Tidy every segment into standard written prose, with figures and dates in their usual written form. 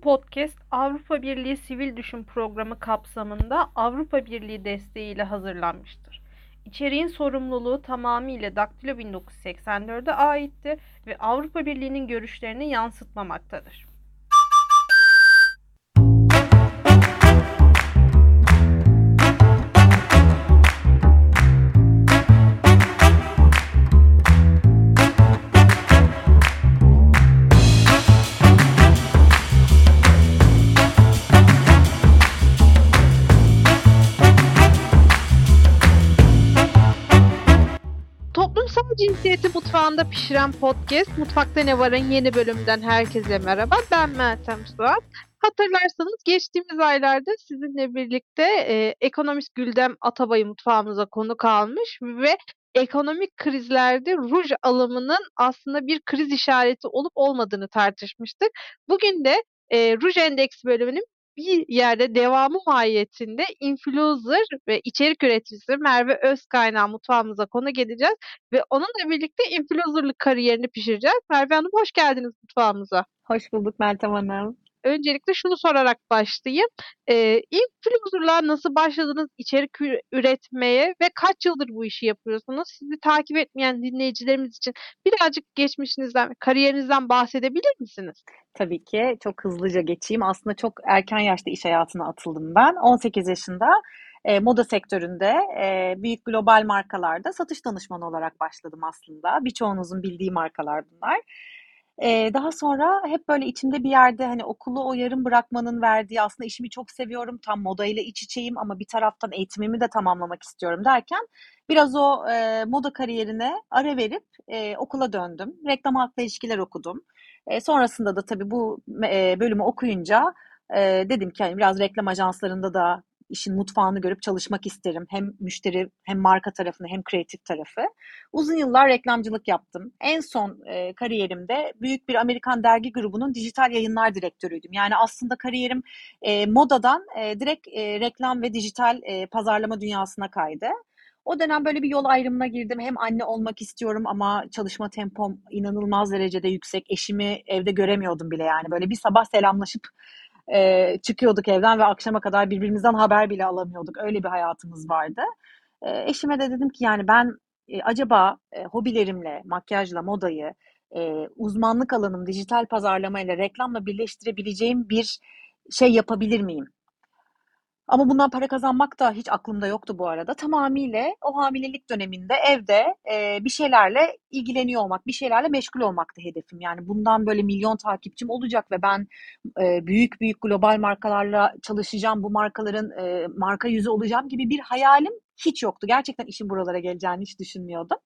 Podcast, Avrupa Birliği Sivil Düşün Programı kapsamında Avrupa Birliği desteğiyle hazırlanmıştır. İçeriğin sorumluluğu tamamıyla Daktilo 1984'e aitti ve Avrupa Birliği'nin görüşlerini yansıtmamaktadır. Toplumsal cinsiyeti mutfağında pişiren podcast Mutfakta Ne Var'ın yeni bölümünden herkese merhaba. Ben Meltem Suat. Hatırlarsanız geçtiğimiz aylarda sizinle birlikte ekonomist Güldem Atabay'ı mutfağımıza konuk almış ve ekonomik krizlerde ruj alımının aslında bir kriz işareti olup olmadığını tartışmıştık. Bugün de ruj endeksi bölümünün bir yerde devamı mahiyetinde influencer ve içerik üreticisi Merve Özkaynağı mutfağımıza konuk edeceğiz ve onunla birlikte influencerlık kariyerini pişireceğiz. Merve Hanım hoş geldiniz mutfağımıza. Hoş bulduk Meltem Hanım. Öncelikle şunu sorarak başlayayım. Influencerlığa nasıl başladınız içerik üretmeye ve kaç yıldır bu işi yapıyorsunuz? Sizi takip etmeyen dinleyicilerimiz için birazcık geçmişinizden, kariyerinizden bahsedebilir misiniz? Tabii ki çok hızlıca geçeyim. Aslında çok erken yaşta iş hayatına atıldım ben. 18 yaşında moda sektöründe büyük global markalarda satış danışmanı olarak başladım aslında. Birçoğunuzun bildiği markalar bunlar. Daha sonra hep böyle içimde bir yerde hani okulu o yarım bırakmanın verdiği aslında işimi çok seviyorum. Tam modayla iç içeyim ama bir taraftan eğitimimi de tamamlamak istiyorum derken biraz o moda kariyerine ara verip okula döndüm. Reklam halkla ilişkiler okudum. Sonrasında da tabii bu bölümü okuyunca dedim ki hani biraz reklam ajanslarında da işin mutfağını görüp çalışmak isterim. Hem müşteri hem marka tarafını hem kreatif tarafı. Uzun yıllar reklamcılık yaptım. En son kariyerimde büyük bir Amerikan dergi grubunun dijital yayınlar direktörüydüm. Yani aslında kariyerim modadan direkt reklam ve dijital pazarlama dünyasına kaydı. O dönem böyle bir yol ayrımına girdim. Hem anne olmak istiyorum ama çalışma tempom inanılmaz derecede yüksek. Eşimi evde göremiyordum bile yani. Böyle bir sabah selamlaşıp çıkıyorduk evden ve akşama kadar birbirimizden haber bile alamıyorduk. Öyle bir hayatımız vardı. Eşime de dedim ki yani ben acaba hobilerimle, makyajla, modayı, uzmanlık alanım dijital pazarlamayla, reklamla birleştirebileceğim bir şey yapabilir miyim? Ama bundan para kazanmak da hiç aklımda yoktu bu arada. Tamamıyla o hamilelik döneminde evde bir şeylerle ilgileniyor olmak, bir şeylerle meşgul olmaktı hedefim. Yani bundan böyle milyon takipçim olacak ve ben büyük büyük global markalarla çalışacağım, bu markaların marka yüzü olacağım gibi bir hayalim hiç yoktu. Gerçekten işin buralara geleceğini hiç düşünmüyordum.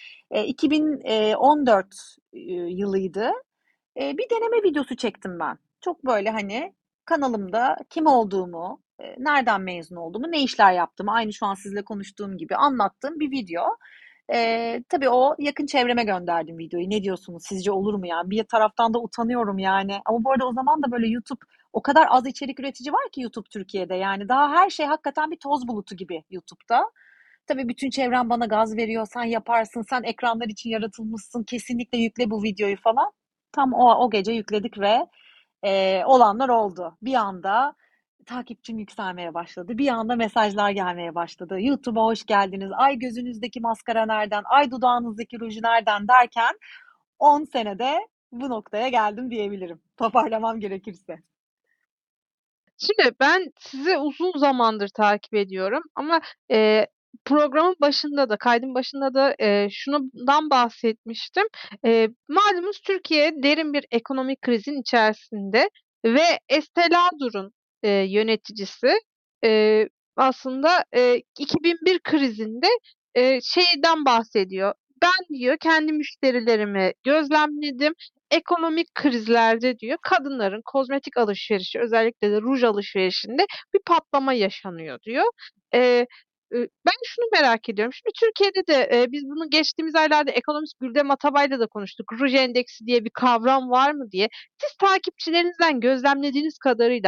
2014 yılıydı. Bir deneme videosu çektim ben. Çok böyle hani kanalımda kim olduğumu, nereden mezun olduğumu, ne işler yaptığımı aynı şu an sizinle konuştuğum gibi anlattığım bir video. Tabii o yakın çevreme gönderdim videoyu. Ne diyorsunuz? Sizce olur mu ya? Bir taraftan da utanıyorum yani. Ama bu arada o zaman da böyle YouTube o kadar az içerik üretici var ki YouTube Türkiye'de. Yani daha her şey hakikaten bir toz bulutu gibi YouTube'da. Tabii bütün çevrem bana gaz veriyor. Sen yaparsın, sen ekranlar için yaratılmışsın. Kesinlikle yükle bu videoyu falan. Tam o gece yükledik ve olanlar oldu. Bir anda takipçim yükselmeye başladı. Bir anda mesajlar gelmeye başladı. YouTube'a hoş geldiniz. Ay gözünüzdeki maskara nereden? Ay dudağınızdaki ruju nereden derken 10 senede bu noktaya geldim diyebilirim. Toparlamam gerekirse. Şimdi ben sizi uzun zamandır takip ediyorum ama programın başında da, kaydın başında da şundan bahsetmiştim. Malumunuz Türkiye derin bir ekonomik krizin içerisinde ve Estee Lauder'ın yöneticisi aslında 2001 krizinde şeyden bahsediyor. Ben diyor kendi müşterilerimi gözlemledim ekonomik krizlerde diyor kadınların kozmetik alışverişi özellikle de ruj alışverişinde bir patlama yaşanıyor diyor. Eee, Ben şunu merak ediyorum. Şimdi Türkiye'de de biz bunu geçtiğimiz aylarda ekonomist Güldem Atabay'la da konuştuk. Ruj endeksi diye bir kavram var mı diye. Siz takipçilerinizden gözlemlediğiniz kadarıyla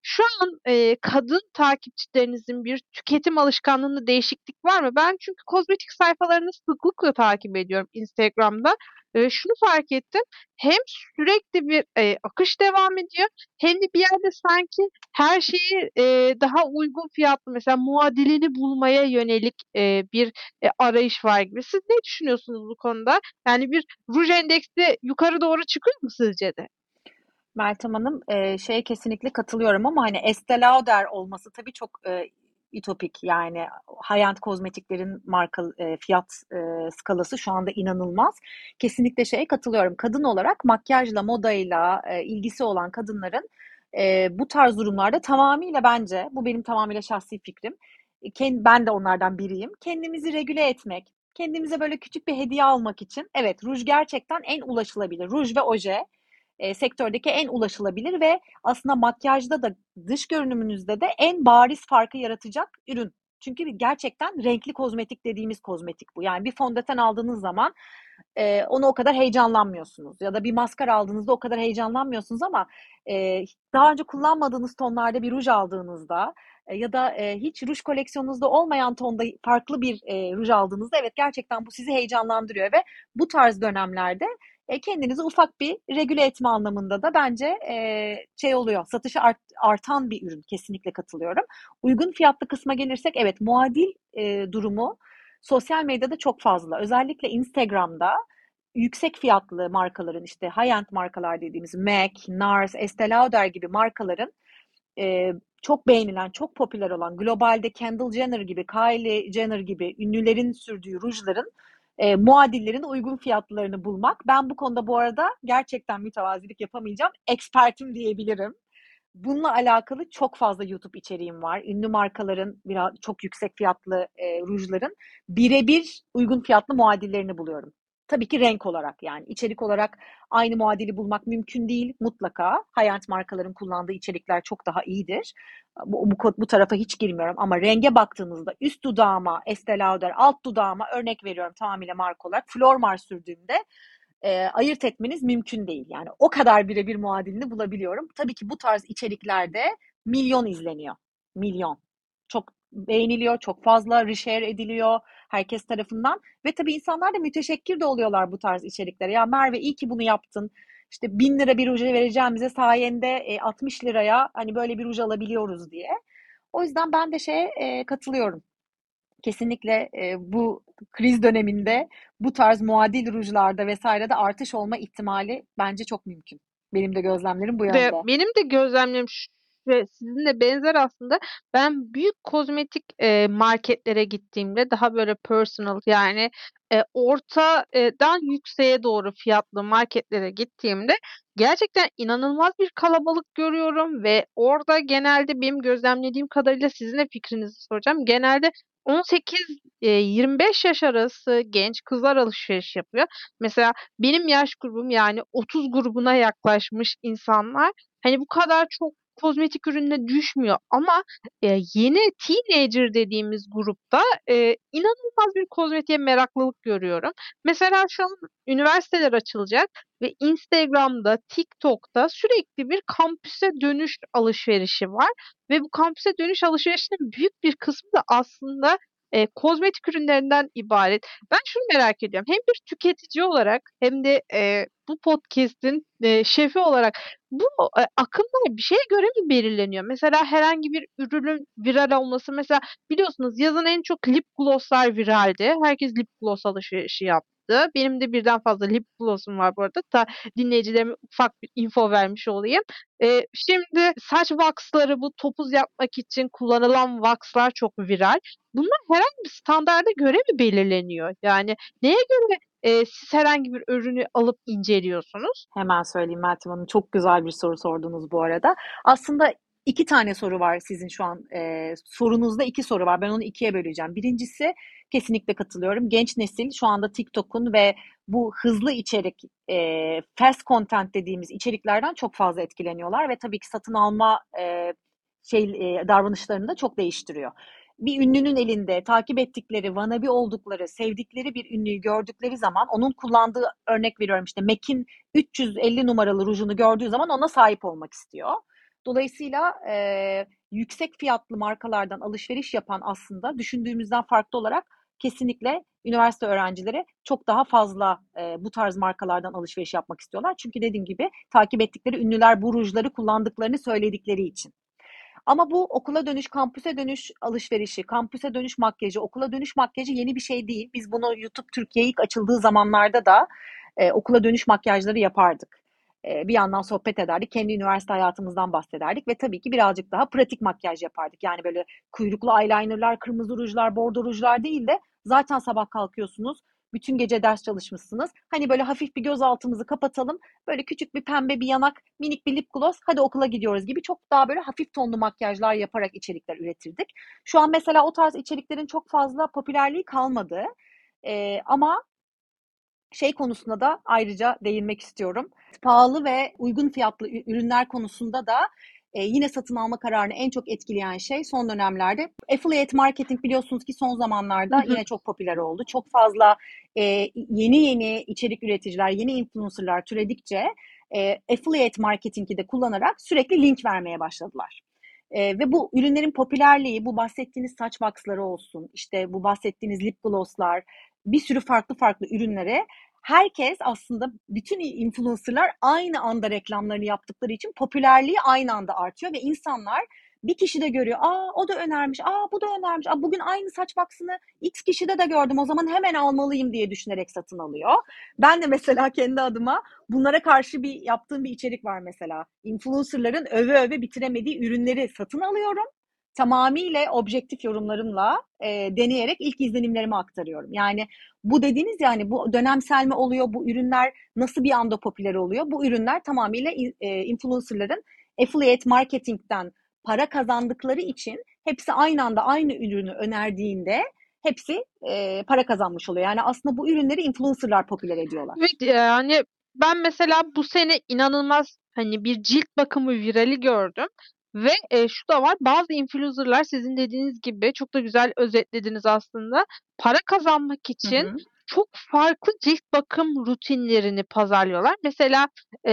şu an kadın takipçilerinizin bir tüketim alışkanlığında değişiklik var mı? Ben çünkü kozmetik sayfalarını sıklıkla takip ediyorum Instagram'da. Şunu fark ettim. Hem sürekli bir akış devam ediyor hem de bir yerde sanki her şeyi daha uygun fiyatlı mesela muadilini bulmaya yönelik bir arayış var gibi. Siz ne düşünüyorsunuz bu konuda? Yani bir ruj endeksi yukarı doğru çıkıyor mu sizce de? Meltem Hanım, şeye kesinlikle katılıyorum ama hani Estée Lauder olması tabii çok ütopik. Yani high-end kozmetiklerin marka fiyat skalası şu anda inanılmaz. Kesinlikle şeye katılıyorum. Kadın olarak makyajla, modayla ilgisi olan kadınların bu tarz durumlarda tamamıyla bence, bu benim tamamıyla şahsi fikrim. Ben de onlardan biriyim. Kendimizi regüle etmek, kendimize böyle küçük bir hediye almak için evet ruj gerçekten en ulaşılabilir. Ruj ve oje sektördeki en ulaşılabilir ve aslında makyajda da dış görünümünüzde de en bariz farkı yaratacak ürün. Çünkü gerçekten renkli kozmetik dediğimiz kozmetik bu. Yani bir fondöten aldığınız zaman onu o kadar heyecanlanmıyorsunuz. Ya da bir maskara aldığınızda o kadar heyecanlanmıyorsunuz ama daha önce kullanmadığınız tonlarda bir ruj aldığınızda ya da hiç ruj koleksiyonunuzda olmayan tonda farklı bir ruj aldığınızda evet gerçekten bu sizi heyecanlandırıyor ve bu tarz dönemlerde kendinizi ufak bir regüle etme anlamında da bence şey oluyor. Satışı artan bir ürün. Kesinlikle katılıyorum. Uygun fiyatlı kısma gelirsek evet muadil durumu sosyal medyada çok fazla. Özellikle Instagram'da yüksek fiyatlı markaların işte high-end markalar dediğimiz MAC, NARS, Estée Lauder gibi markaların çok beğenilen, çok popüler olan globalde Kendall Jenner gibi, Kylie Jenner gibi ünlülerin sürdüğü rujların muadillerin uygun fiyatlarını bulmak. Ben bu konuda bu arada gerçekten mütevazilik yapamayacağım. Ekspertim diyebilirim. Bununla alakalı çok fazla YouTube içeriğim var. Ünlü markaların biraz çok yüksek fiyatlı rujların birebir uygun fiyatlı muadillerini buluyorum. Tabii ki renk olarak yani içerik olarak aynı muadili bulmak mümkün değil mutlaka. High-end markaların kullandığı içerikler çok daha iyidir. Bu tarafa hiç girmiyorum ama renge baktığınızda üst dudağıma Estée Lauder, alt dudağıma örnek veriyorum tamamıyla marka olarak Flormar sürdüğümde ayırt etmeniz mümkün değil. Yani o kadar birebir muadilini bulabiliyorum. Tabii ki bu tarz içeriklerde milyon izleniyor. Milyon. Çok beğeniliyor, çok fazla reshare ediliyor herkes tarafından ve tabii insanlar da müteşekkir de oluyorlar bu tarz içeriklere. Ya Merve iyi ki bunu yaptın. İşte 1.000 lira bir ruja vereceğimize sayende 60 liraya hani böyle bir ruj alabiliyoruz diye. O yüzden ben de şeye katılıyorum. Kesinlikle bu kriz döneminde bu tarz muadil rujlarda vesairede artış olma ihtimali bence çok mümkün. Benim de gözlemlerim bu De yönde. benim de gözlemlerim ve sizinle benzer aslında. Ben büyük kozmetik marketlere gittiğimde daha böyle personal yani ortadan yükseğe doğru fiyatlı marketlere gittiğimde gerçekten inanılmaz bir kalabalık görüyorum ve orada genelde benim gözlemlediğim kadarıyla sizin de fikrinizi soracağım. Genelde 18-25 yaş arası genç kızlar alışveriş yapıyor. Mesela benim yaş grubum yani 30 grubuna yaklaşmış insanlar hani bu kadar çok kozmetik ürününe düşmüyor ama yeni teenager dediğimiz grupta inanılmaz bir kozmetiğe meraklılık görüyorum. Mesela şu an üniversiteler açılacak ve Instagram'da, TikTok'ta sürekli bir kampüse dönüş alışverişi var ve bu kampüse dönüş alışverişinin büyük bir kısmı da aslında kozmetik ürünlerinden ibaret. Ben şunu merak ediyorum. Hem bir tüketici olarak hem de bu podcast'in şefi olarak bu akımlar bir şeye göre mi belirleniyor? Mesela herhangi bir ürünün viral olması mesela biliyorsunuz yazın en çok lip glosslar viraldi. Herkes lip gloss alışverişi yaptı. Benim de birden fazla lip gloss'um var bu arada. Ta dinleyicilerime ufak bir info vermiş olayım. Şimdi saç wax'ları bu topuz yapmak için kullanılan wax'lar çok viral. Bunlar herhangi bir standarda göre mi belirleniyor? Yani neye göre siz herhangi bir ürünü alıp inceliyorsunuz? Hemen söyleyeyim Meltem Hanım. Çok güzel bir soru sordunuz bu arada. Aslında iki tane soru var sizin şu an. Sorunuzda iki soru var. Ben onu ikiye böleceğim. Birincisi kesinlikle katılıyorum. Genç nesil şu anda TikTok'un ve bu hızlı içerik, fast content dediğimiz içeriklerden çok fazla etkileniyorlar ve tabii ki satın alma davranışlarını da çok değiştiriyor. Bir ünlünün elinde takip ettikleri, wannabe oldukları, sevdikleri bir ünlüyü gördükleri zaman onun kullandığı örnek veriyorum işte MAC'in 350 numaralı rujunu gördüğü zaman ona sahip olmak istiyor. Dolayısıyla yüksek fiyatlı markalardan alışveriş yapan aslında düşündüğümüzden farklı olarak kesinlikle üniversite öğrencileri çok daha fazla bu tarz markalardan alışveriş yapmak istiyorlar. Çünkü dediğim gibi takip ettikleri ünlüler bu rujları kullandıklarını söyledikleri için. Ama bu okula dönüş, kampüse dönüş alışverişi, kampüse dönüş makyajı, okula dönüş makyajı yeni bir şey değil. Biz bunu YouTube Türkiye ilk açıldığı zamanlarda da okula dönüş makyajları yapardık. Bir yandan sohbet ederdik, kendi üniversite hayatımızdan bahsederdik ve tabii ki birazcık daha pratik makyaj yapardık. Yani böyle kuyruklu eyelinerlar, kırmızı rujlar, bordo rujlar değil de zaten sabah kalkıyorsunuz, bütün gece ders çalışmışsınız. Hani böyle hafif bir göz altımızı kapatalım, böyle küçük bir pembe bir yanak, minik bir lip gloss, hadi okula gidiyoruz gibi çok daha böyle hafif tonlu makyajlar yaparak içerikler üretirdik. Şu an mesela o tarz içeriklerin çok fazla popülerliği kalmadı. Ama şey konusunda da ayrıca değinmek istiyorum. Pahalı ve uygun fiyatlı ürünler konusunda da yine satın alma kararını en çok etkileyen şey son dönemlerde affiliate marketing, biliyorsunuz ki son Hı zamanlarda hı. yine çok popüler oldu. Çok fazla yeni yeni içerik üreticiler, yeni influencerlar türedikçe affiliate marketingi de kullanarak sürekli link vermeye başladılar. Ve bu ürünlerin popülerliği, bu bahsettiğiniz saç box'ları olsun, işte bu bahsettiğiniz lip gloss'lar, bir sürü farklı farklı ürünlere herkes aslında, bütün influencerlar aynı anda reklamlarını yaptıkları için popülerliği aynı anda artıyor ve insanlar bir kişi de görüyor. Aa, o da önermiş. Aa, bu da önermiş. Aa, bugün aynı saç box'ını X kişide de gördüm. O zaman hemen almalıyım diye düşünerek satın alıyor. Ben de mesela kendi adıma bunlara karşı yaptığım bir içerik var mesela. Influencerların öve öve bitiremediği ürünleri satın alıyorum. Tamamıyla objektif yorumlarımla deneyerek ilk izlenimlerimi aktarıyorum. Yani bu dediğiniz, yani bu dönemsel mi oluyor? Bu ürünler nasıl bir anda popüler oluyor? Bu ürünler tamamıyla influencerların affiliate marketingten para kazandıkları için hepsi aynı anda aynı ürünü önerdiğinde hepsi para kazanmış oluyor. Yani aslında bu ürünleri influencerlar popüler ediyorlar. Evet, yani ben mesela bu sene inanılmaz hani bir cilt bakımı virali gördüm ve şu da var, bazı influencer'lar sizin dediğiniz gibi çok da güzel özetlediniz aslında. Para kazanmak Hı için hı. çok farklı cilt bakım rutinlerini pazarlıyorlar. Mesela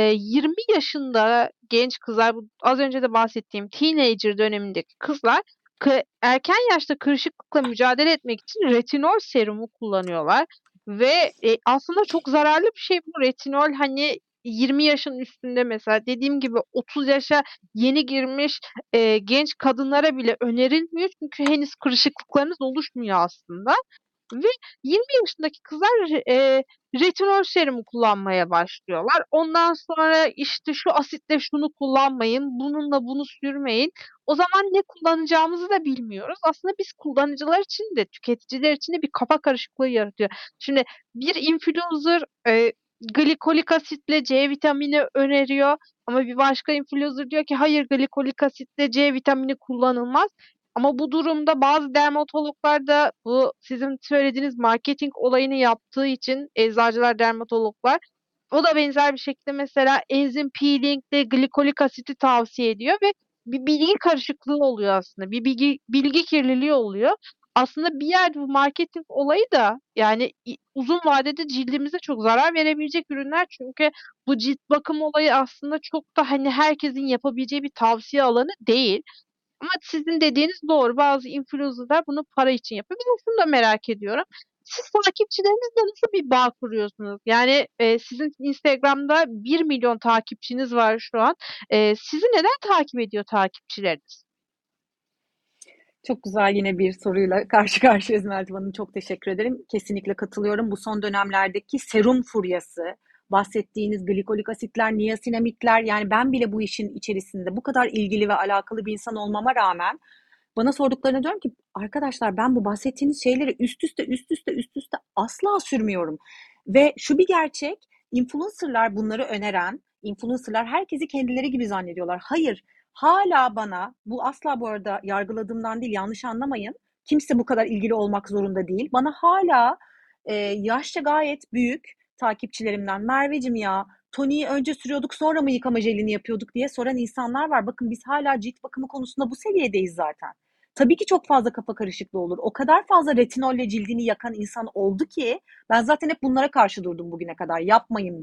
20 yaşında genç kızlar, bu az önce de bahsettiğim teenager dönemindeki kızlar erken yaşta kırışıklıkla mücadele etmek için retinol serumu kullanıyorlar. Ve aslında çok zararlı bir şey bu retinol. Hani 20 yaşın üstünde, mesela dediğim gibi 30 yaşa yeni girmiş genç kadınlara bile önerilmiyor. Çünkü henüz kırışıklıklarınız oluşmuyor aslında. Ve 20 yaşındaki kızlar retinol serumu kullanmaya başlıyorlar. Ondan sonra işte şu asitle şunu kullanmayın, bununla bunu sürmeyin. O zaman ne kullanacağımızı da bilmiyoruz. Aslında biz kullanıcılar için de tüketiciler için de bir kafa karışıklığı yaratıyor. Şimdi bir influencer glikolik asitle C vitamini öneriyor. Ama bir başka influencer diyor ki hayır, glikolik asitle C vitamini kullanılmaz. Ama bu durumda bazı dermatologlar da bu sizin söylediğiniz marketing olayını yaptığı için, eczacılar, dermatologlar, o da benzer bir şekilde mesela enzim peeling'de glikolik asiti tavsiye ediyor ve bir bilgi karışıklığı oluyor aslında. Bir bilgi kirliliği oluyor. Aslında bir yerde bu marketing olayı da yani uzun vadede cildimize çok zarar verebilecek ürünler, çünkü bu cilt bakım olayı aslında çok da hani herkesin yapabileceği bir tavsiye alanı değil. Ama sizin dediğiniz doğru. Bazı influencer'lar bunu para için yapıyor. Bir de şunu da merak ediyorum. Siz takipçilerinizle nasıl bir bağ kuruyorsunuz? Yani sizin Instagram'da 1 milyon takipçiniz var şu an. Sizi neden takip ediyor takipçileriniz? Çok güzel yine bir soruyla karşı karşıyayız Meltem Hanım. Çok teşekkür ederim. Kesinlikle katılıyorum. Bu son dönemlerdeki serum furyası, bahsettiğiniz glikolik asitler, niasinamitler, yani ben bile bu işin içerisinde bu kadar ilgili ve alakalı bir insan olmama rağmen bana sorduklarına diyorum ki arkadaşlar, ben bu bahsettiğiniz şeyleri üst üste üst üste üst üste asla sürmüyorum. Ve şu bir gerçek, influencerlar bunları öneren, influencerlar herkesi kendileri gibi zannediyorlar. Hayır, hala bana, bu asla bu arada yargıladığımdan değil, yanlış anlamayın. Kimse bu kadar ilgili olmak zorunda değil. Bana hala yaşça gayet büyük takipçilerimden Merveciğim ya, toniği önce sürüyorduk sonra mı yıkama jelini yapıyorduk diye soran insanlar var. Bakın biz hala cilt bakımı konusunda bu seviyedeyiz zaten. Tabii ki çok fazla kafa karışıklığı olur. O kadar fazla retinolle cildini yakan insan oldu ki ben zaten hep bunlara karşı durdum bugüne kadar. Yapmayın bunu.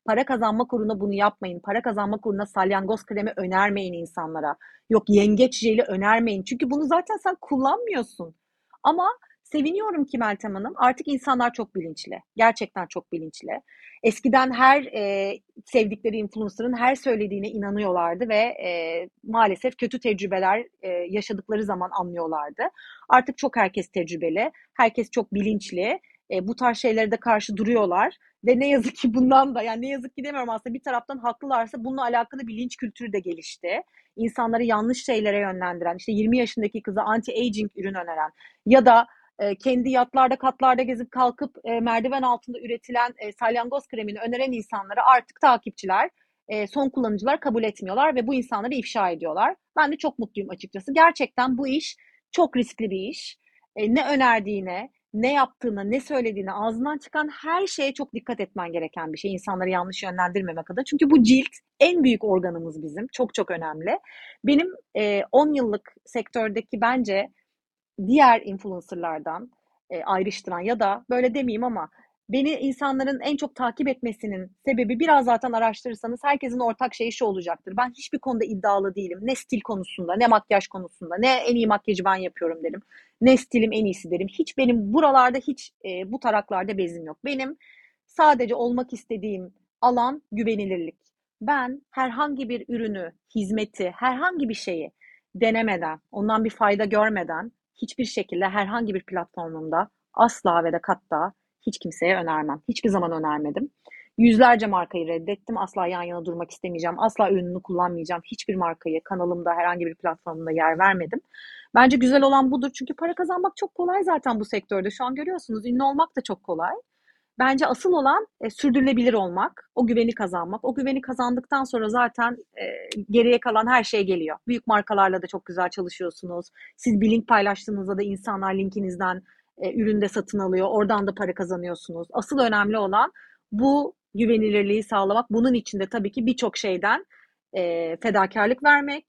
Para kazanmak uğruna bunu yapmayın. Para kazanmak uğruna salyangoz kremi önermeyin insanlara. Yok yengeç jeli önermeyin. Çünkü bunu zaten sen kullanmıyorsun. Ama seviniyorum ki Meltem Hanım artık insanlar çok bilinçli. Gerçekten çok bilinçli. Eskiden her sevdikleri influencer'ın her söylediğine inanıyorlardı ve maalesef kötü tecrübeler yaşadıkları zaman anlıyorlardı. Artık çok herkes tecrübeli, herkes çok bilinçli. Bu tarz şeylere de karşı duruyorlar ve ne yazık ki bundan da yani ne yazık ki demiyorum aslında bir taraftan haklılarsa bununla alakalı bilinç kültürü de gelişti. İnsanları yanlış şeylere yönlendiren, işte 20 yaşındaki kıza anti-aging ürün öneren ya da kendi yatlarda katlarda gezip kalkıp merdiven altında üretilen salyangoz kremini öneren insanları artık takipçiler, son kullanıcılar kabul etmiyorlar ve bu insanları ifşa ediyorlar. Ben de çok mutluyum açıkçası. Gerçekten bu iş çok riskli bir iş. Ne önerdiğine, ne yaptığına, ne söylediğine, ağzından çıkan her şeye çok dikkat etmen gereken bir şey. İnsanları yanlış yönlendirmemek adına. Çünkü bu cilt en büyük organımız bizim. Çok çok önemli. Benim 10 yıllık sektördeki bence diğer influencerlardan ayrıştıran ya da böyle demeyeyim ama beni insanların en çok takip etmesinin sebebi biraz zaten araştırırsanız herkesin ortak şeyi şu olacaktır. Ben hiçbir konuda iddialı değilim. Ne stil konusunda, ne makyaj konusunda, ne en iyi makyajı ben yapıyorum derim. Ne stilim en iyisi derim. Hiç benim buralarda hiç bu taraklarda bezim yok. Benim sadece olmak istediğim alan güvenilirlik. Ben herhangi bir ürünü, hizmeti, herhangi bir şeyi denemeden, ondan bir fayda görmeden hiçbir şekilde herhangi bir platformumda asla ve de katta hiç kimseye önermem. Hiçbir zaman önermedim. Yüzlerce markayı reddettim. Asla yan yana durmak istemeyeceğim. Asla ürününü kullanmayacağım. Hiçbir markayı kanalımda herhangi bir platformda yer vermedim. Bence güzel olan budur. Çünkü para kazanmak çok kolay zaten bu sektörde. Şu an görüyorsunuz ünlü olmak da çok kolay. Bence asıl olan sürdürülebilir olmak, o güveni kazanmak. O güveni kazandıktan sonra zaten geriye kalan her şey geliyor. Büyük markalarla da çok güzel çalışıyorsunuz. Siz bir link paylaştığınızda da insanlar linkinizden ürün de satın alıyor. Oradan da para kazanıyorsunuz. Asıl önemli olan bu güvenilirliği sağlamak. Bunun için de tabii ki birçok şeyden fedakarlık vermek.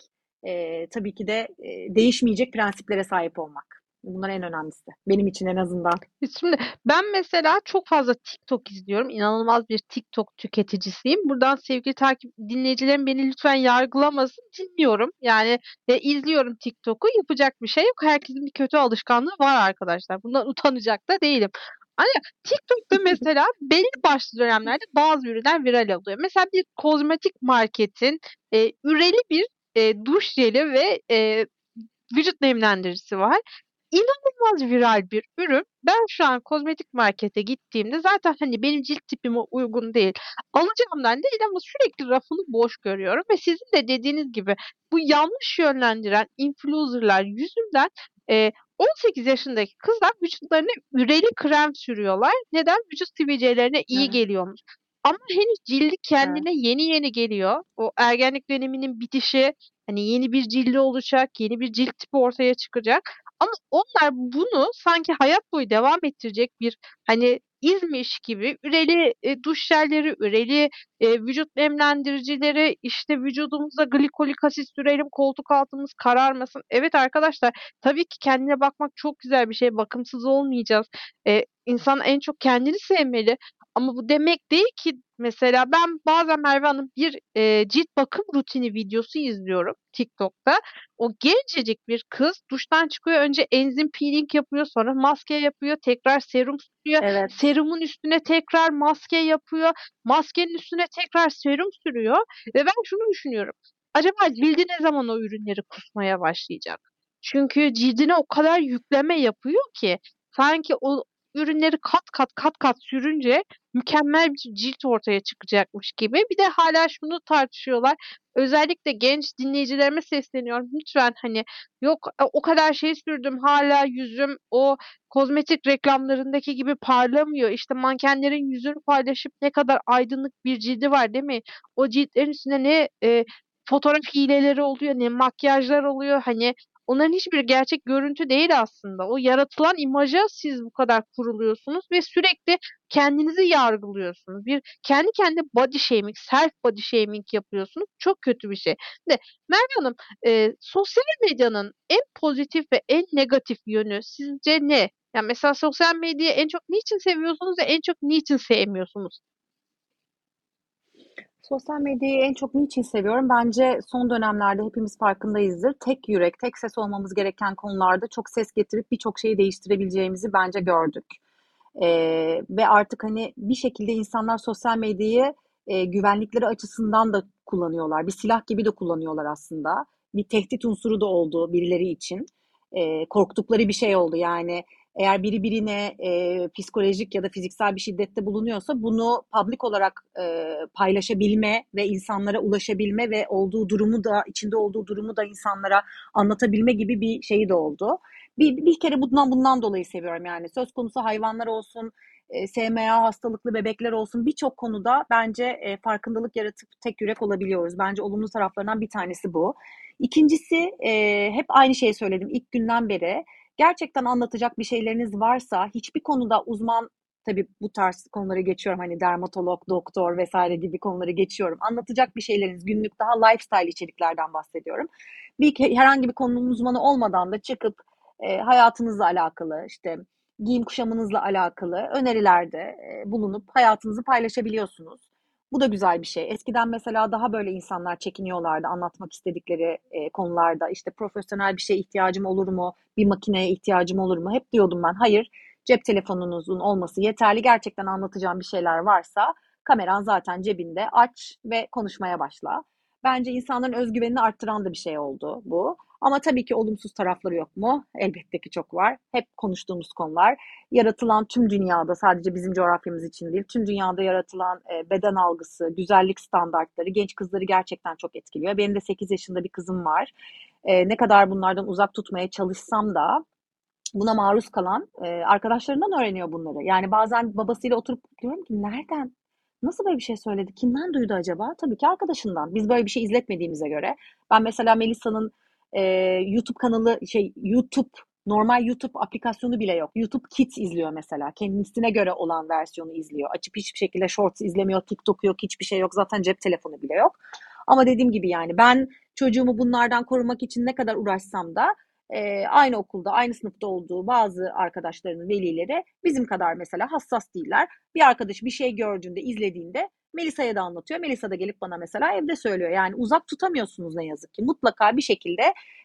Tabii ki de değişmeyecek prensiplere sahip olmak. Bunlar en önemlisi. Benim için en azından. Şimdi ben mesela çok fazla TikTok izliyorum. İnanılmaz bir TikTok tüketicisiyim. Buradan sevgili dinleyicilerim beni lütfen yargılamasın. Dinliyorum. Yani izliyorum TikTok'u. Yapacak bir şey yok. Herkesin bir kötü alışkanlığı var arkadaşlar. Bundan utanacak da değilim. Ancak TikTok'ta mesela belli başlı dönemlerde bazı ürünler viral oluyor. Mesela bir kozmetik marketin üreli bir duş jeli ve vücut nemlendiricisi var. İnanılmaz viral bir ürün. Ben şu an kozmetik markete gittiğimde zaten hani benim cilt tipime uygun değil. Alacağımdan değil ama sürekli rafını boş görüyorum ve sizin de dediğiniz gibi bu yanlış yönlendiren influencerlar yüzünden 18 yaşındaki kızlar vücutlarına üreli krem sürüyorlar. Neden? Vücut sivilcelerine iyi Evet, geliyormuş. Ama henüz cildi evet. kendine yeni yeni geliyor. O ergenlik döneminin bitişi, hani yeni bir cildi olacak, yeni bir cilt tipi ortaya çıkacak. Ama onlar bunu sanki hayat boyu devam ettirecek bir hani izmiş gibi üreli duş jelleri, üreli vücut nemlendiricileri, işte vücudumuza glikolik asit sürelim, koltuk altımız kararmasın. Evet arkadaşlar, tabii ki kendine bakmak çok güzel bir şey. Bakımsız olmayacağız. İnsan en çok kendini sevmeli. Ama bu demek değil ki mesela ben bazen Merve Hanım bir cilt bakım rutini videosu izliyorum TikTok'ta. O gencecik bir kız duştan çıkıyor. Önce enzim peeling yapıyor, sonra maske yapıyor, tekrar serum sürüyor. Evet. Serumun üstüne tekrar maske yapıyor. Maskenin üstüne tekrar serum sürüyor. Ve ben şunu düşünüyorum. Acaba cildi ne zaman o ürünleri kusmaya başlayacak? Çünkü cildine o kadar yükleme yapıyor ki sanki o ürünleri kat kat kat kat sürünce mükemmel bir cilt ortaya çıkacakmış gibi. Bir de hala şunu tartışıyorlar. Özellikle genç dinleyicilerime sesleniyorum. Lütfen hani yok o kadar şey sürdüm hala yüzüm o kozmetik reklamlarındaki gibi parlamıyor. İşte mankenlerin yüzünü paylaşıp ne kadar aydınlık bir cildi var değil mi? O ciltlerin üstünde ne fotoğraf hileleri oluyor ne makyajlar oluyor. Hani onların hiçbir gerçek görüntü değil aslında. O yaratılan imaja siz bu kadar kuruluyorsunuz ve sürekli kendinizi yargılıyorsunuz. Bir kendi kendine body shaming, self body shaming yapıyorsunuz. Çok kötü bir şey. De Merve Hanım, sosyal medyanın en pozitif ve en negatif yönü sizce ne? Yani mesela sosyal medyayı en çok niçin seviyorsunuz ve en çok niçin sevmiyorsunuz? Sosyal medyayı en çok niçin seviyorum? Bence son dönemlerde hepimiz farkındayızdır. Tek yürek, tek ses olmamız gereken konularda çok ses getirip birçok şeyi değiştirebileceğimizi bence gördük. Ve artık hani bir şekilde insanlar sosyal medyayı güvenlikleri açısından da kullanıyorlar. Bir silah gibi de kullanıyorlar aslında. Bir tehdit unsuru da oldu birileri için. Korktukları bir şey oldu. Yani eğer biri birine psikolojik ya da fiziksel bir şiddette bulunuyorsa bunu public olarak paylaşabilme ve insanlara ulaşabilme ve olduğu durumu da içinde olduğu durumu da insanlara anlatabilme gibi bir şey de oldu. Bir kere bundan dolayı seviyorum yani. Söz konusu hayvanlar olsun, SMA hastalıklı bebekler olsun birçok konuda bence farkındalık yaratıp tek yürek olabiliyoruz. Bence olumlu taraflarından bir tanesi bu. İkincisi hep aynı şeyi söyledim ilk günden beri. Gerçekten anlatacak bir şeyleriniz varsa hiçbir konuda uzman tabii bu tarz konuları geçiyorum hani dermatolog, doktor vesaire gibi konuları geçiyorum. Anlatacak bir şeyleriniz günlük daha lifestyle içeriklerden bahsediyorum. Herhangi bir konunun uzmanı olmadan da çıkıp hayatınızla alakalı işte giyim kuşamınızla alakalı önerilerde bulunup hayatınızı paylaşabiliyorsunuz. Bu da güzel bir şey. Eskiden mesela daha böyle insanlar çekiniyorlardı anlatmak istedikleri konularda. İşte profesyonel bir şeye ihtiyacım olur mu? Bir makineye ihtiyacım olur mu? Hep diyordum ben hayır. Cep telefonunuzun olması yeterli. Gerçekten anlatacağım bir şeyler varsa kameran zaten cebinde. Aç ve konuşmaya başla. Bence insanların özgüvenini arttıran da bir şey oldu bu. Ama tabii ki olumsuz tarafları yok mu? Elbette ki çok var. Hep konuştuğumuz konular. Yaratılan tüm dünyada sadece bizim coğrafyamız için değil, tüm dünyada yaratılan beden algısı, güzellik standartları genç kızları gerçekten çok etkiliyor. Benim de 8 yaşında bir kızım var. Ne kadar bunlardan uzak tutmaya çalışsam da buna maruz kalan arkadaşlarından öğreniyor bunları. Yani bazen babasıyla oturup diyorum ki nereden? Nasıl böyle bir şey söyledi? Kimden duydu acaba? Tabii ki arkadaşından. Biz böyle bir şey izletmediğimize göre. Ben mesela Melisa'nın e, YouTube kanalı YouTube normal YouTube aplikasyonu bile yok. YouTube Kids izliyor mesela. Kendisine göre olan versiyonu izliyor. Açıp hiçbir şekilde Shorts izlemiyor. TikTok yok, hiçbir şey yok. Zaten cep telefonu bile yok. Ama dediğim gibi yani ben çocuğumu bunlardan korumak için ne kadar uğraşsam da aynı okulda, aynı sınıfta olduğu bazı arkadaşlarının velileri bizim kadar mesela hassas değiller. Bir arkadaş bir şey gördüğünde, izlediğinde Melisa'ya da anlatıyor. Melisa da gelip bana mesela evde söylüyor. Yani uzak tutamıyorsunuz ne yazık ki. Mutlaka bir şekilde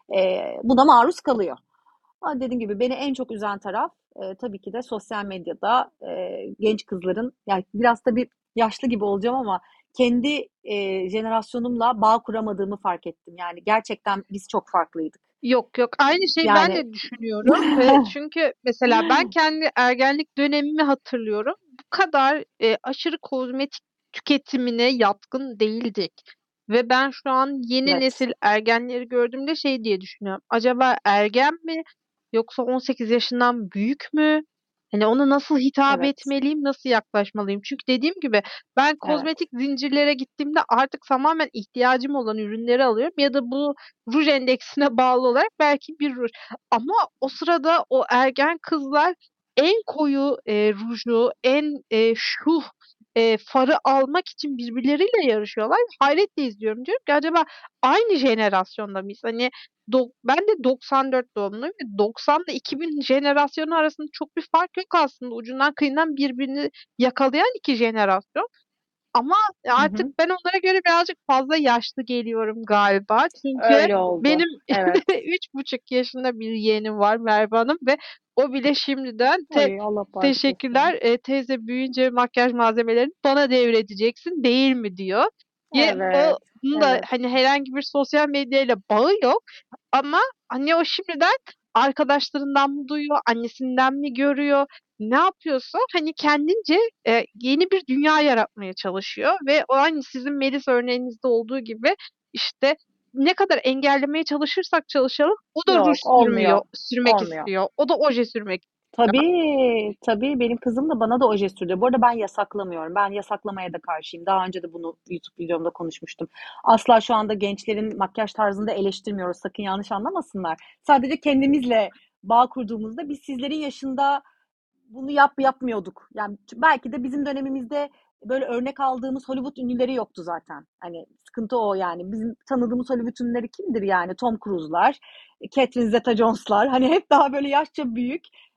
buna maruz kalıyor. Ama dediğim gibi beni en çok üzen taraf tabii ki de sosyal medyada genç kızların, yani biraz tabii yaşlı gibi olacağım ama kendi jenerasyonumla bağ kuramadığımı fark ettim. Yani gerçekten biz çok farklıydık. Yok yok, aynı şeyi ben Yani de düşünüyorum. Çünkü mesela ben kendi ergenlik dönemimi hatırlıyorum. Bu kadar aşırı kozmetik tüketimine yatkın değildik. Ve ben şu an yeni evet, nesil ergenleri gördüğümde şey diye düşünüyorum. Acaba ergen mi yoksa 18 yaşından büyük mü? Hani ona nasıl hitap evet, etmeliyim, nasıl yaklaşmalıyım? Çünkü dediğim gibi ben evet. kozmetik zincirlere gittiğimde artık tamamen ihtiyacım olan ürünleri alıyorum ya da bu ruj endeksine bağlı olarak belki bir ruj. Ama o sırada o ergen kızlar en koyu ruju, en şuh farı almak için birbirleriyle yarışıyorlar. Hayretle izliyorum, diyorum ki acaba aynı jenerasyonda mıyız? Hani ben de 94 doğumluyum ve 90 ile 2000 jenerasyonu arasında çok bir fark yok aslında. Ucundan kıyından birbirini yakalayan iki jenerasyon. Ama Hı artık hı. ben onlara göre birazcık fazla yaşlı geliyorum galiba. Çünkü Öyle oldu. benim Evet. 3,5 yaşında bir yeğenim var, Merve Hanım, ve o bile şimdiden Ay Allah bağışlasın. teşekkürler. Teyze büyüyünce makyaj malzemelerini bana devredeceksin değil mi diyor. Evet, Onun da evet. hani herhangi bir sosyal medyayla bağı yok. Ama hani o şimdiden arkadaşlarından mı duyuyor, annesinden mi görüyor, ne yapıyorsa hani kendince yeni bir dünya yaratmaya çalışıyor ve o aynı sizin Melis örneğinizde olduğu gibi işte ne kadar engellemeye çalışırsak çalışalım o da ruj Yok, olmuyor. sürmek Olmuyor. istiyor. O da oje sürmek istiyor. Tabii, tabii benim kızım da bana da oje sürdü. Bu arada ben yasaklamıyorum. Ben yasaklamaya da karşıyım. Daha önce de bunu YouTube videomda konuşmuştum. Asla şu anda gençlerin makyaj tarzını da eleştirmiyoruz. Sakın yanlış anlamasınlar. Sadece kendimizle bağ kurduğumuzda biz sizlerin yaşında bunu yapmıyorduk. Yani belki de bizim dönemimizde böyle örnek aldığımız Hollywood ünlüleri yoktu zaten. Hani sıkıntı o yani. Bizim tanıdığımız Hollywood ünlüleri kimdir yani? Tom Cruise'lar, Catherine Zeta-Jones'lar. Hani hep daha böyle yaşça büyük.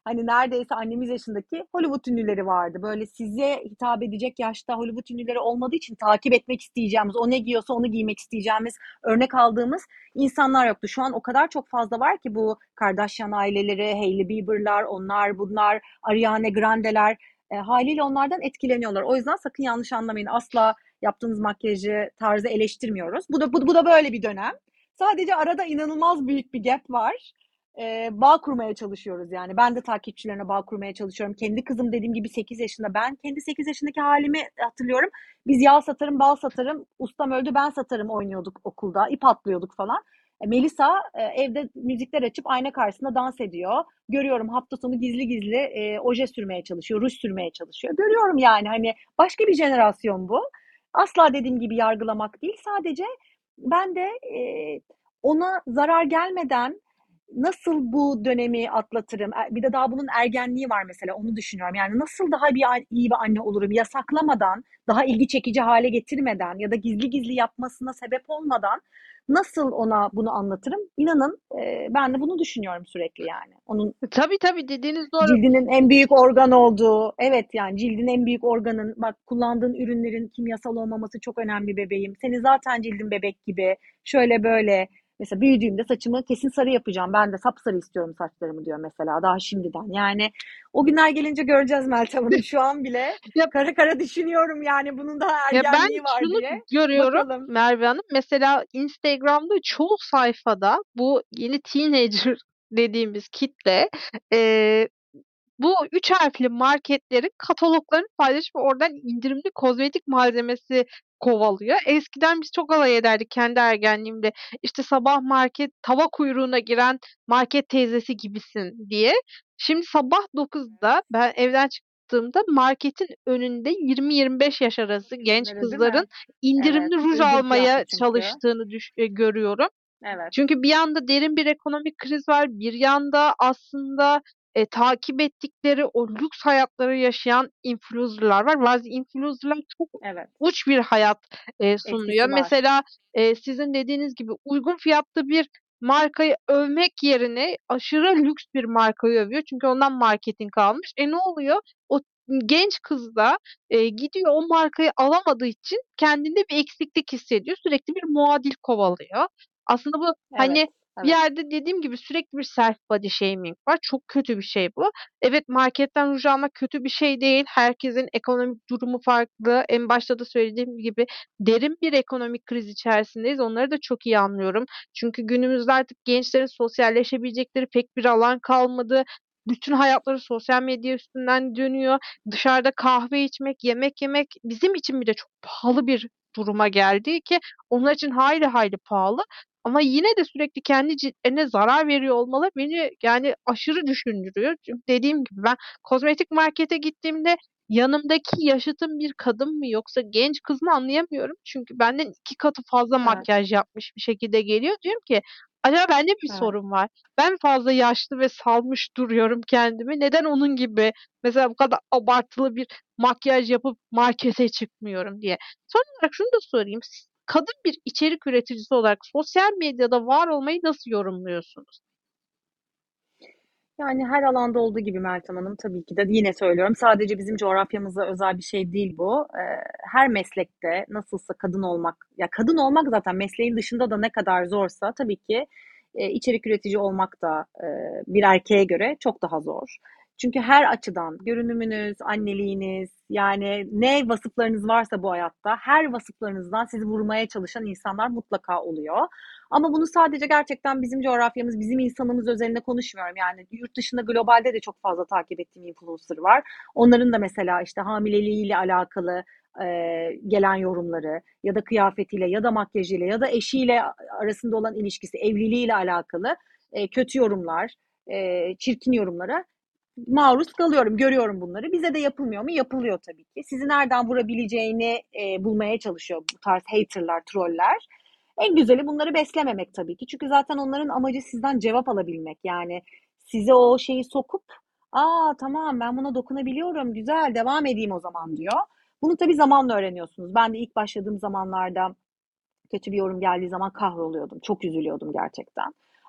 Hani neredeyse annemiz yaşındaki Hollywood ünlüleri vardı. Böyle size hitap edecek yaşta Hollywood ünlüleri olmadığı için takip etmek isteyeceğimiz, o ne giyiyorsa onu giymek isteyeceğimiz, örnek aldığımız insanlar yoktu. Şu an o kadar çok fazla var ki bu Kardashian aileleri, Hailey Bieber'lar, onlar bunlar, Ariana Grande'ler haliyle onlardan etkileniyorlar. O yüzden sakın yanlış anlamayın. Asla yaptığınız makyajı, tarzı eleştirmiyoruz. Bu da böyle bir dönem. Sadece arada inanılmaz büyük bir gap var. Bağ kurmaya çalışıyoruz yani. Ben de takipçilerine bağ kurmaya çalışıyorum. Kendi kızım dediğim gibi 8 yaşında. Ben kendi 8 yaşındaki halimi hatırlıyorum. Biz yağ satarım, bal satarım, ustam öldü ben satarım oynuyorduk okulda. İp atlıyorduk falan. Melisa evde müzikler açıp ayna karşısında dans ediyor. Görüyorum hafta sonu gizli gizli oje sürmeye çalışıyor, ruj sürmeye çalışıyor. Görüyorum yani hani başka bir jenerasyon bu. Asla dediğim gibi yargılamak değil. Sadece ben de ona zarar gelmeden nasıl bu dönemi atlatırım? Bir de daha bunun ergenliği var mesela onu düşünüyorum. Yani nasıl daha iyi bir anne olurum? Yasaklamadan, daha ilgi çekici hale getirmeden ya da gizli gizli yapmasına sebep olmadan nasıl ona bunu anlatırım? İnanın ben de bunu düşünüyorum sürekli yani. Onun Tabii tabii, dediğiniz doğru. cildinin en büyük organ olduğu, evet yani cildin en büyük organın, bak kullandığın ürünlerin kimyasal olmaması çok önemli bebeğim. Senin zaten cildin bebek gibi, şöyle böyle. Mesela büyüdüğümde saçımı kesin sarı yapacağım. Ben de sapsarı istiyorum saçlarımı diyor mesela daha şimdiden. Yani o günler gelince göreceğiz Meltem Hanım. Şu an bile Ya kara kara düşünüyorum yani bunun daha Ya ben ergenliği var şunu diye. görüyorum Bakalım. Merve Hanım. Mesela Instagram'da çoğu sayfada bu yeni teenager dediğimiz kitle e, bu üç harfli marketlerin kataloglarını paylaşıp oradan indirimli kozmetik malzemesi kovalıyor. Eskiden biz çok alay ederdik kendi ergenliğimde. İşte sabah market tava kuyruğuna giren market teyzesi gibisin diye. Şimdi sabah 9'da ben evden çıktığımda marketin önünde 20-25 yaş arası genç Ürünleri değil kızların mi? Evet. indirimli ruj Uygun fiyatlı almaya çünkü. çalıştığını görüyorum. Evet. Çünkü bir yanda derin bir ekonomik kriz var, bir yanda aslında takip ettikleri o lüks hayatları yaşayan influencer'lar var. Bazı influencer'lar çok Evet. uç bir hayat sunuyor. Etkisi var. Mesela sizin dediğiniz gibi uygun fiyatlı bir markayı övmek yerine aşırı lüks bir markayı övüyor. Çünkü ondan marketing almış. Ne oluyor? O genç kız da gidiyor o markayı alamadığı için kendinde bir eksiklik hissediyor. Sürekli bir muadil kovalıyor. Aslında bu Evet. hani bir Evet. yerde dediğim gibi sürekli bir self body shaming var. Çok kötü bir şey bu. Evet, marketten ruj almak kötü bir şey değil. Herkesin ekonomik durumu farklı. En başta da söylediğim gibi derin bir ekonomik kriz içerisindeyiz. Onları da çok iyi anlıyorum. Çünkü günümüzde artık gençlerin sosyalleşebilecekleri pek bir alan kalmadı. Bütün hayatları sosyal medya üstünden dönüyor. Dışarıda kahve içmek, yemek yemek bizim için bile çok pahalı bir duruma geldi ki onlar için hayli hayli pahalı. Ama yine de sürekli kendi ciltlerine zarar veriyor olmaları beni yani aşırı düşündürüyor. Çünkü dediğim gibi ben kozmetik markete gittiğimde yanımdaki yaşıtım bir kadın mı yoksa genç kız mı anlayamıyorum. Çünkü benden 2 katı fazla Evet. makyaj yapmış bir şekilde geliyor. Diyorum ki acaba bende bir Evet. sorun var. Ben fazla yaşlı ve salmış duruyorum kendimi. Neden onun gibi mesela bu kadar abartılı bir makyaj yapıp markete çıkmıyorum diye. Son olarak şunu da sorayım. Siz kadın bir içerik üreticisi olarak sosyal medyada var olmayı nasıl yorumluyorsunuz? Yani her alanda olduğu gibi Meltem Hanım tabii ki de yine söylüyorum. Sadece bizim coğrafyamıza özel bir şey değil bu. Her meslekte nasılsa kadın olmak, ya kadın olmak zaten mesleğin dışında da ne kadar zorsa tabii ki içerik üretici olmak da bir erkeğe göre çok daha zor. Çünkü her açıdan görünümünüz, anneliğiniz, yani ne vasıflarınız varsa bu hayatta her vasıflarınızdan sizi vurmaya çalışan insanlar mutlaka oluyor. Ama bunu sadece gerçekten bizim coğrafyamız, bizim insanımız özelinde konuşmuyorum. Yani yurt dışında globalde de çok fazla takip ettiğim influencer var. Onların da mesela işte hamileliğiyle alakalı gelen yorumları ya da kıyafetiyle ya da makyajıyla ya da eşiyle arasında olan ilişkisi, evliliğiyle alakalı kötü yorumlar, çirkin yorumlara maruz kalıyorum, görüyorum bunları. Bize de yapılmıyor mu? Yapılıyor tabii ki. Sizi nereden vurabileceğini bulmaya çalışıyor bu tarz haterlar, troller. En güzeli bunları beslememek tabii ki. Çünkü zaten onların amacı sizden cevap alabilmek. Yani size o şeyi sokup, aa tamam ben buna dokunabiliyorum, güzel devam edeyim o zaman diyor. Bunu tabii zamanla öğreniyorsunuz. Ben de ilk başladığım zamanlarda kötü bir yorum geldiği zaman kahroluyordum. Çok üzülüyordum gerçekten.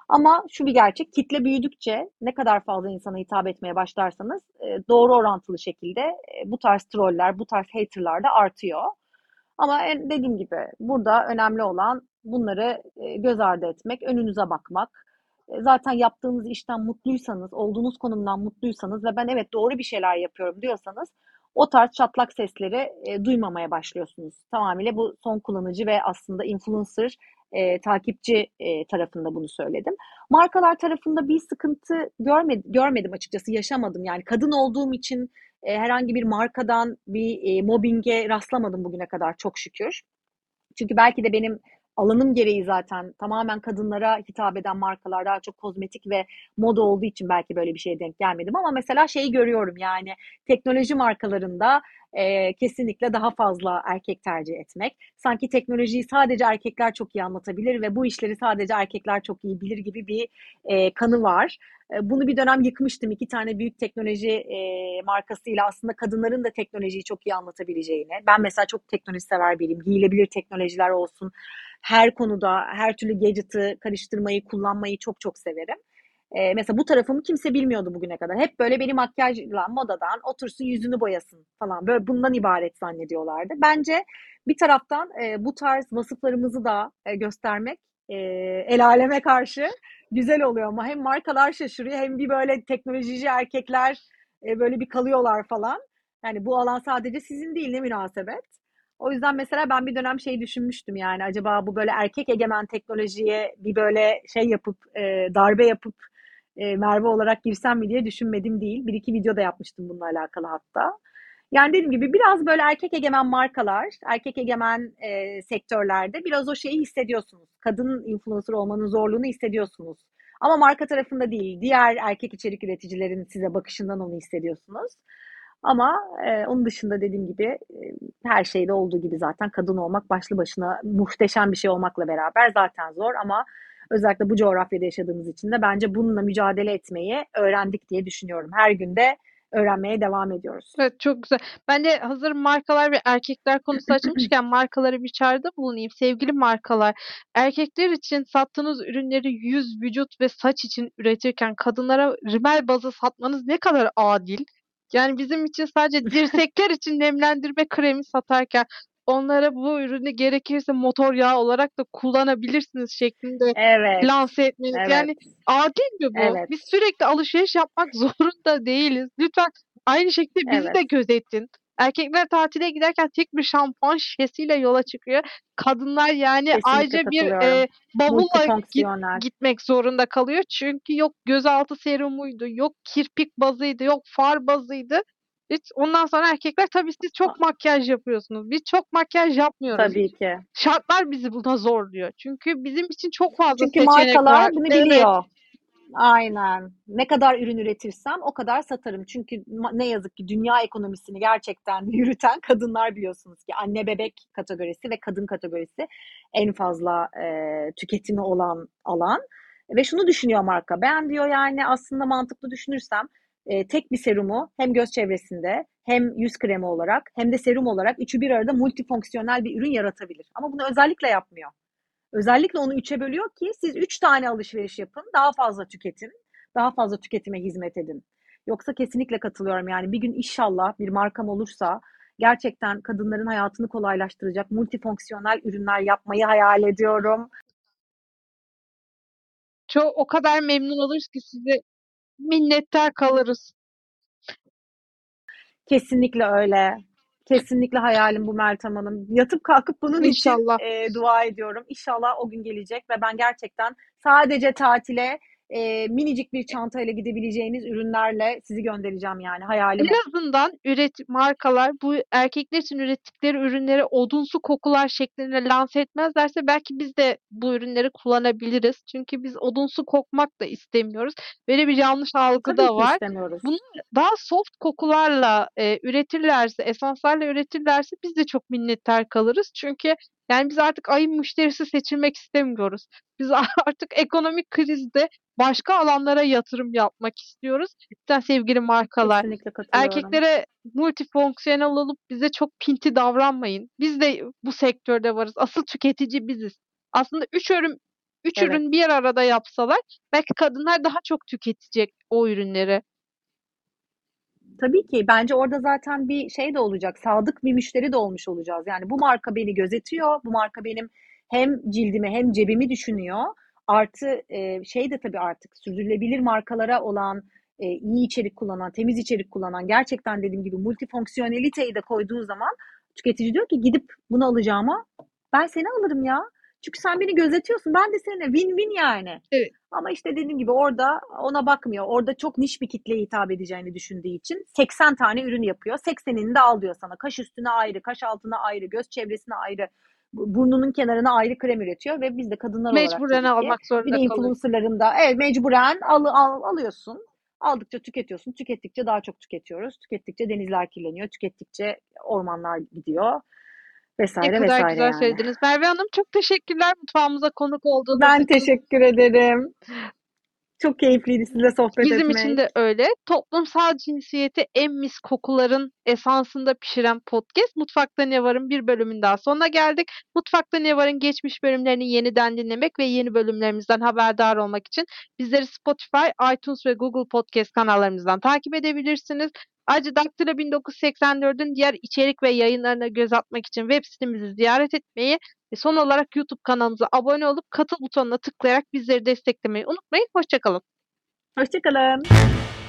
Ama şu bir gerçek, kitle büyüdükçe ne kadar fazla insana hitap etmeye başlarsanız doğru orantılı şekilde bu tarz troller, bu tarz haterlar da artıyor. Ama dediğim gibi burada önemli olan bunları göz ardı etmek, önünüze bakmak. Zaten yaptığınız işten mutluysanız, olduğunuz konumdan mutluysanız ve ben evet doğru bir şeyler yapıyorum diyorsanız o tarz çatlak sesleri duymamaya başlıyorsunuz. Tamamıyla bu son kullanıcı ve aslında influencer takipçi tarafında bunu söyledim. Markalar tarafında bir sıkıntı görmedim açıkçası, yaşamadım. Yani kadın olduğum için herhangi bir markadan bir mobbinge rastlamadım bugüne kadar çok şükür. Çünkü belki de benim alanım gereği zaten tamamen kadınlara hitap eden markalar daha çok kozmetik ve moda olduğu için belki böyle bir şeye denk gelmedim. Ama mesela şeyi görüyorum, yani teknoloji markalarında kesinlikle daha fazla erkek tercih etmek. Sanki teknolojiyi sadece erkekler çok iyi anlatabilir ve bu işleri sadece erkekler çok iyi bilir gibi bir kanı var. Bunu bir dönem yıkmıştım. İki tane büyük teknoloji markasıyla aslında kadınların da teknolojiyi çok iyi anlatabileceğini. Ben mesela çok teknoloji sever biriyim. Giyilebilir teknolojiler olsun. Her konuda, her türlü gadget'ı karıştırmayı, kullanmayı çok çok severim. Mesela bu tarafımı kimse bilmiyordu bugüne kadar. Hep böyle beni makyajla, modadan otursun yüzünü boyasın falan. Böyle bundan ibaret zannediyorlardı. Bence bir taraftan bu tarz vasıflarımızı da göstermek el aleme karşı güzel oluyor, ama hem markalar şaşırıyor hem bir böyle teknolojici erkekler böyle bir kalıyorlar falan. Yani bu alan sadece sizin değil, ne münasebet. O yüzden mesela ben bir dönem şey düşünmüştüm, yani acaba bu böyle erkek egemen teknolojiye bir böyle şey yapıp darbe yapıp Merve olarak girsem mi diye düşünmedim değil. Bir iki video da yapmıştım bununla alakalı hatta. Yani dediğim gibi biraz böyle erkek egemen markalar, erkek egemen sektörlerde biraz o şeyi hissediyorsunuz. Kadın influencer olmanın zorluğunu hissediyorsunuz. Ama marka tarafında değil, diğer erkek içerik üreticilerin size bakışından onu hissediyorsunuz. Ama onun dışında dediğim gibi her şeyde olduğu gibi zaten kadın olmak başlı başına muhteşem bir şey olmakla beraber zaten zor, ama özellikle bu coğrafyada yaşadığımız için de bence bununla mücadele etmeyi öğrendik diye düşünüyorum. Her gün de öğrenmeye devam ediyoruz. Evet, çok güzel. Ben de hazır markalar ve erkekler konusu açılmışken markalara bir çağrıda bulunayım. Sevgili markalar, erkekler için sattığınız ürünleri yüz, vücut ve saç için üretirken kadınlara rimel bazı satmanız ne kadar adil. Yani bizim için sadece dirsekler için nemlendirme kremi satarken onlara bu ürünü gerekirse motor yağı olarak da kullanabilirsiniz şeklinde Evet, lanse etmeniz. evet, Yani adil mi bu? evet, Biz sürekli alışveriş yapmak zorunda değiliz. Lütfen aynı şekilde bizi evet. de gözetin. Erkekler tatile giderken tek bir şampuan şişesiyle yola çıkıyor. Kadınlar yani Kesinlikle ayrıca bir katılıyorum. bavulla Multifonksiyonel. gitmek zorunda kalıyor. Çünkü yok gözaltı serumuydu, yok kirpik bazıydı, yok far bazıydı. Hiç, ondan sonra erkekler tabii siz çok makyaj yapıyorsunuz. Biz çok makyaj yapmıyoruz. Tabii ki. Şartlar bizi buna zorluyor. Çünkü bizim için çok fazla Çünkü seçenek var. markalar bunu Evet. biliyor. Aynen. Ne kadar ürün üretirsem o kadar satarım. Çünkü ne yazık ki dünya ekonomisini gerçekten yürüten kadınlar, biliyorsunuz ki anne bebek kategorisi ve kadın kategorisi en fazla tüketimi olan alan. Ve şunu düşünüyor marka. Ben diyor, yani aslında mantıklı düşünürsem tek bir serumu hem göz çevresinde hem yüz kremi olarak hem de serum olarak üçü bir arada multifonksiyonel bir ürün yaratabilir. Ama bunu özellikle yapmıyor. Özellikle onu üçe bölüyor ki siz üç tane alışveriş yapın, daha fazla tüketin, daha fazla tüketime hizmet edin. Yoksa kesinlikle katılıyorum. Yani bir gün inşallah bir markam olursa gerçekten kadınların hayatını kolaylaştıracak multifonksiyonel ürünler yapmayı hayal ediyorum. Çok o kadar memnun oluruz ki size minnettar kalırız. Kesinlikle öyle. Kesinlikle hayalim bu Meltem Hanım. Yatıp kalkıp bunun için İnşallah. dua ediyorum. İnşallah o gün gelecek ve ben gerçekten sadece tatile minicik bir çantayla gidebileceğiniz ürünlerle sizi göndereceğim, yani En hayalim o. azından markalar bu erkekler için ürettikleri ürünleri odunsu kokular şeklinde lanse etmezlerse belki biz de bu ürünleri kullanabiliriz. Çünkü biz odunsu kokmak da istemiyoruz. Böyle bir yanlış algı Tabii da ki var. istemiyoruz. Bunlar daha soft kokularla üretirlerse, esanslarla üretirlerse biz de çok minnettar kalırız. Çünkü yani biz artık ayın müşterisi seçilmek istemiyoruz. Biz artık ekonomik krizde başka alanlara yatırım yapmak istiyoruz. Lütfen sevgili markalar, Kesinlikle katılıyorum. erkeklere multifonksiyonel olup bize çok pinti davranmayın. Biz de bu sektörde varız. Asıl tüketici biziz. Aslında 3 ürün 3 Evet. ürün bir arada yapsalar belki kadınlar daha çok tüketecek o ürünleri. Tabii ki bence orada zaten bir şey de olacak. Sadık bir müşteri de olmuş olacağız. Yani bu marka beni gözetiyor. Bu marka benim hem cildimi hem cebimi düşünüyor. Artı şey de tabii artık sürdürülebilir markalara olan iyi içerik kullanan, temiz içerik kullanan gerçekten dediğim gibi multifonksiyoneliteyi de koyduğu zaman tüketici diyor ki gidip bunu alacağıma ben seni alırım ya. Çünkü sen beni gözetiyorsun. Ben de seni win-win yani. Evet. Ama işte dediğim gibi orada ona bakmıyor. Orada çok niş bir kitleye hitap edeceğini düşündüğü için 80 tane ürün yapıyor. 80'ini de al diyor sana. Kaş üstüne ayrı, kaş altına ayrı, göz çevresine ayrı, burnunun kenarına ayrı krem üretiyor ve biz de kadınlar olarak Mecburen tabii ki almak bir de zorunda kalıyoruz. influencerların da evet mecburen alıyorsun. Aldıkça tüketiyorsun. Tükettikçe daha çok tüketiyoruz. Tükettikçe denizler kirleniyor. Tükettikçe ormanlar gidiyor. Ne Vesaire kadar vesaire güzel yani. söylediniz. Merve Hanım, çok teşekkürler mutfağımıza konuk olduğunuz Ben için. teşekkür ederim. Çok keyifliydi sizinle sohbet Bizim için etmek. de öyle. Toplumsal cinsiyeti en mis kokuların esansında pişiren podcast Mutfakta Ne Var'ın bir bölümün daha sonuna geldik. Mutfakta Ne Var'ın geçmiş bölümlerini yeniden dinlemek ve yeni bölümlerimizden haberdar olmak için bizleri Spotify, iTunes ve Google Podcast kanallarımızdan takip edebilirsiniz. Ayrıca Daktilo 1984'ün diğer içerik ve yayınlarına göz atmak için web sitemizi ziyaret etmeyi ve son olarak YouTube kanalımıza abone olup katıl butonuna tıklayarak bizleri desteklemeyi unutmayın. Hoşçakalın. Hoşça kalın.